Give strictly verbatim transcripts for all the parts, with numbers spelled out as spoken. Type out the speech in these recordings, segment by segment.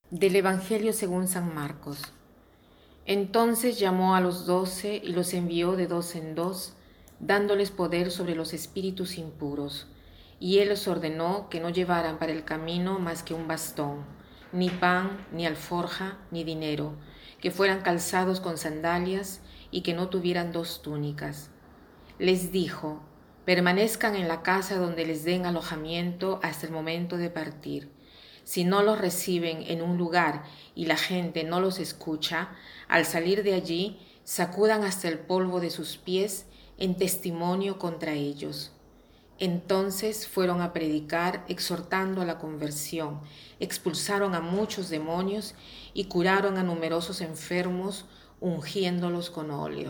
Del Evangelio según San Marcos. Entonces llamó a los doce y los envió de dos en dos, dándoles poder sobre los espíritus impuros. Y él les ordenó que no llevaran para el camino más que un bastón, ni pan, ni alforja, ni dinero, que fueran calzados con sandalias y que no tuvieran dos túnicas. Les dijo: permanezcan en la casa donde les den alojamiento hasta el momento de partir. Si no los reciben en un lugar y la gente no los escucha, al salir de allí, sacudan hasta el polvo de sus pies en testimonio contra ellos. Entonces fueron a predicar, exhortando a la conversión, expulsaron a muchos demonios y curaron a numerosos enfermos, ungiéndolos con óleo.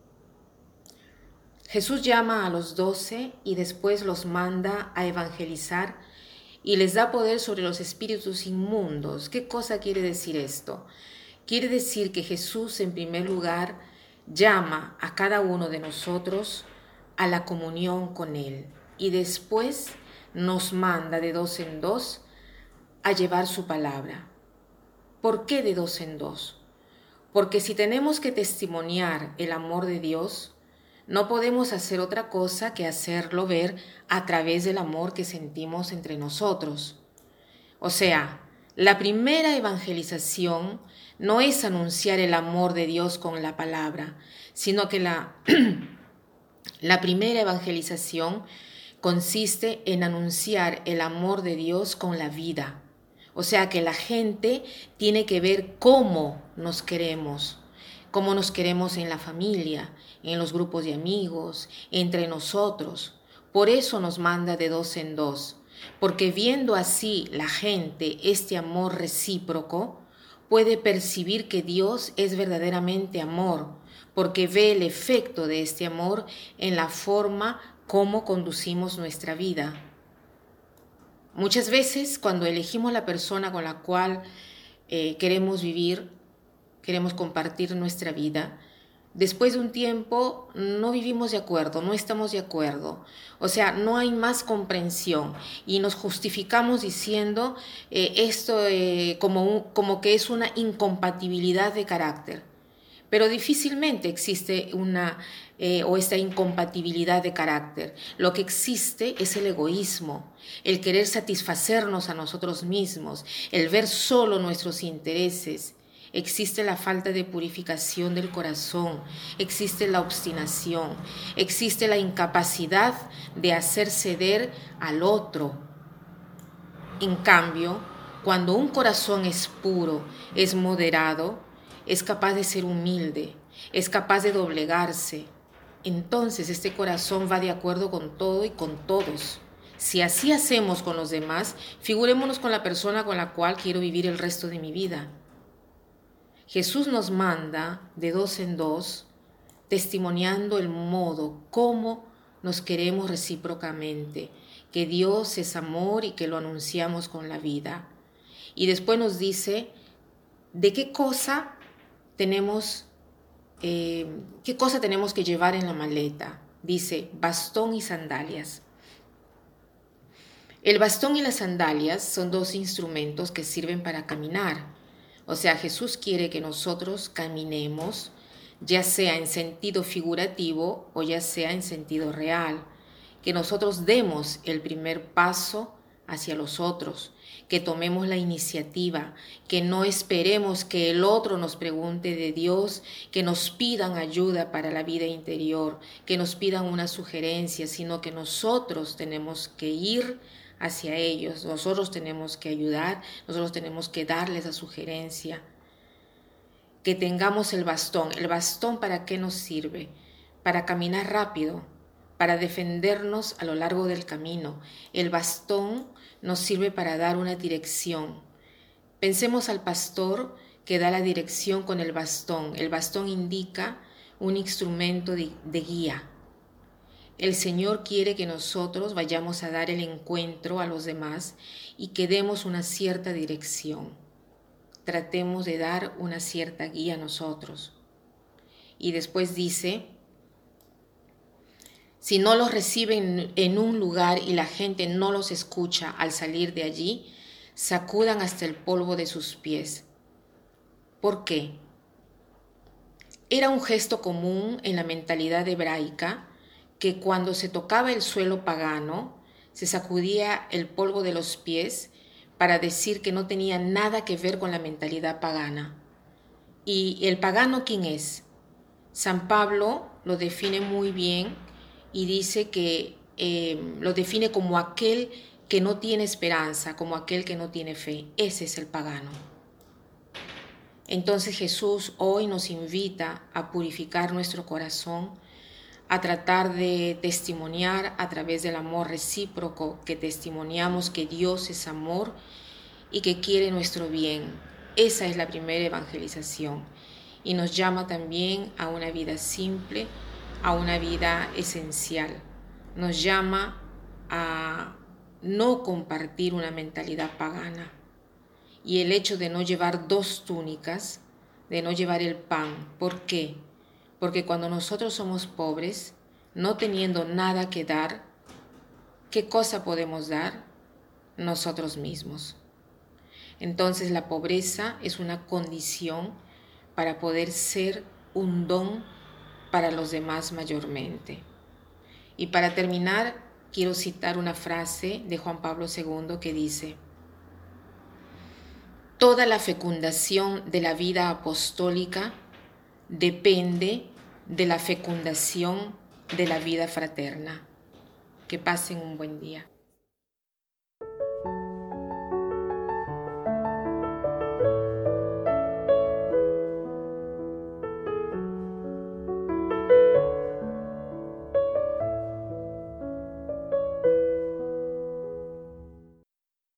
Jesús llama a los doce y después los manda a evangelizar y les da poder sobre los espíritus inmundos. ¿Qué cosa quiere decir esto? Quiere decir que Jesús, en primer lugar, llama a cada uno de nosotros a la comunión con Él y después nos manda de dos en dos a llevar su palabra. ¿Por qué de dos en dos? Porque si tenemos que testimoniar el amor de Dios, no podemos hacer otra cosa que hacerlo ver a través del amor que sentimos entre nosotros. O sea, la primera evangelización no es anunciar el amor de Dios con la palabra, sino que la, la primera evangelización consiste en anunciar el amor de Dios con la vida. O sea que la gente tiene que ver cómo nos queremos, cómo nos queremos en la familia, en los grupos de amigos, entre nosotros. Por eso nos manda de dos en dos, porque viendo así la gente este amor recíproco, puede percibir que Dios es verdaderamente amor, porque ve el efecto de este amor en la forma como conducimos nuestra vida. Muchas veces cuando elegimos la persona con la cual eh, queremos vivir, queremos compartir nuestra vida, después de un tiempo no vivimos de acuerdo, no estamos de acuerdo. O sea, no hay más comprensión y nos justificamos diciendo eh, esto eh, como, un, como que es una incompatibilidad de carácter. Pero difícilmente existe una eh, o esta incompatibilidad de carácter. Lo que existe es el egoísmo, el querer satisfacernos a nosotros mismos, el ver solo nuestros intereses. Existe la falta de purificación del corazón, existe la obstinación, existe la incapacidad de hacer ceder al otro. En cambio, cuando un corazón es puro, es moderado, es capaz de ser humilde, es capaz de doblegarse, entonces este corazón va de acuerdo con todo y con todos. Si así hacemos con los demás, figurémonos con la persona con la cual quiero vivir el resto de mi vida. Jesús nos manda de dos en dos, testimoniando el modo como nos queremos recíprocamente, que Dios es amor y que lo anunciamos con la vida. Y después nos dice de qué cosa tenemos, eh, qué cosa tenemos que llevar en la maleta. Dice bastón y sandalias. El bastón y las sandalias son dos instrumentos que sirven para caminar. O sea, Jesús quiere que nosotros caminemos, ya sea en sentido figurativo o ya sea en sentido real, que nosotros demos el primer paso hacia los otros, que tomemos la iniciativa, que no esperemos que el otro nos pregunte de Dios, que nos pidan ayuda para la vida interior, que nos pidan una sugerencia, sino que nosotros tenemos que ir hacia ellos, nosotros tenemos que ayudar, nosotros tenemos que darles la sugerencia, que tengamos el bastón. ¿El bastón para qué nos sirve? Para caminar rápido, para defendernos a lo largo del camino. El bastón nos sirve para dar una dirección. Pensemos al pastor que da la dirección con el bastón. El bastón indica un instrumento de, de guía. El Señor quiere que nosotros vayamos a dar el encuentro a los demás y que demos una cierta dirección. Tratemos de dar una cierta guía a nosotros. Y después dice, si no los reciben en un lugar y la gente no los escucha al salir de allí, sacudan hasta el polvo de sus pies. ¿Por qué? Era un gesto común en la mentalidad hebraica que cuando se tocaba el suelo pagano, se sacudía el polvo de los pies para decir que no tenía nada que ver con la mentalidad pagana. ¿Y el pagano quién es? San Pablo lo define muy bien y dice que eh, lo define como aquel que no tiene esperanza, como aquel que no tiene fe. Ese es el pagano. Entonces Jesús hoy nos invita a purificar nuestro corazón, a tratar de testimoniar a través del amor recíproco, que testimoniamos que Dios es amor y que quiere nuestro bien. Esa es la primera evangelización. Y nos llama también a una vida simple, a una vida esencial. Nos llama a no compartir una mentalidad pagana. Y el hecho de no llevar dos túnicas, de no llevar el pan. ¿Por qué? Porque cuando nosotros somos pobres, no teniendo nada que dar, ¿qué cosa podemos dar? Nosotros mismos. Entonces la pobreza es una condición para poder ser un don para los demás mayormente. Y para terminar, quiero citar una frase de Juan Pablo segundo que dice: toda la fecundación de la vida apostólica depende de la fecundación de la vida fraterna. Que pasen un buen día.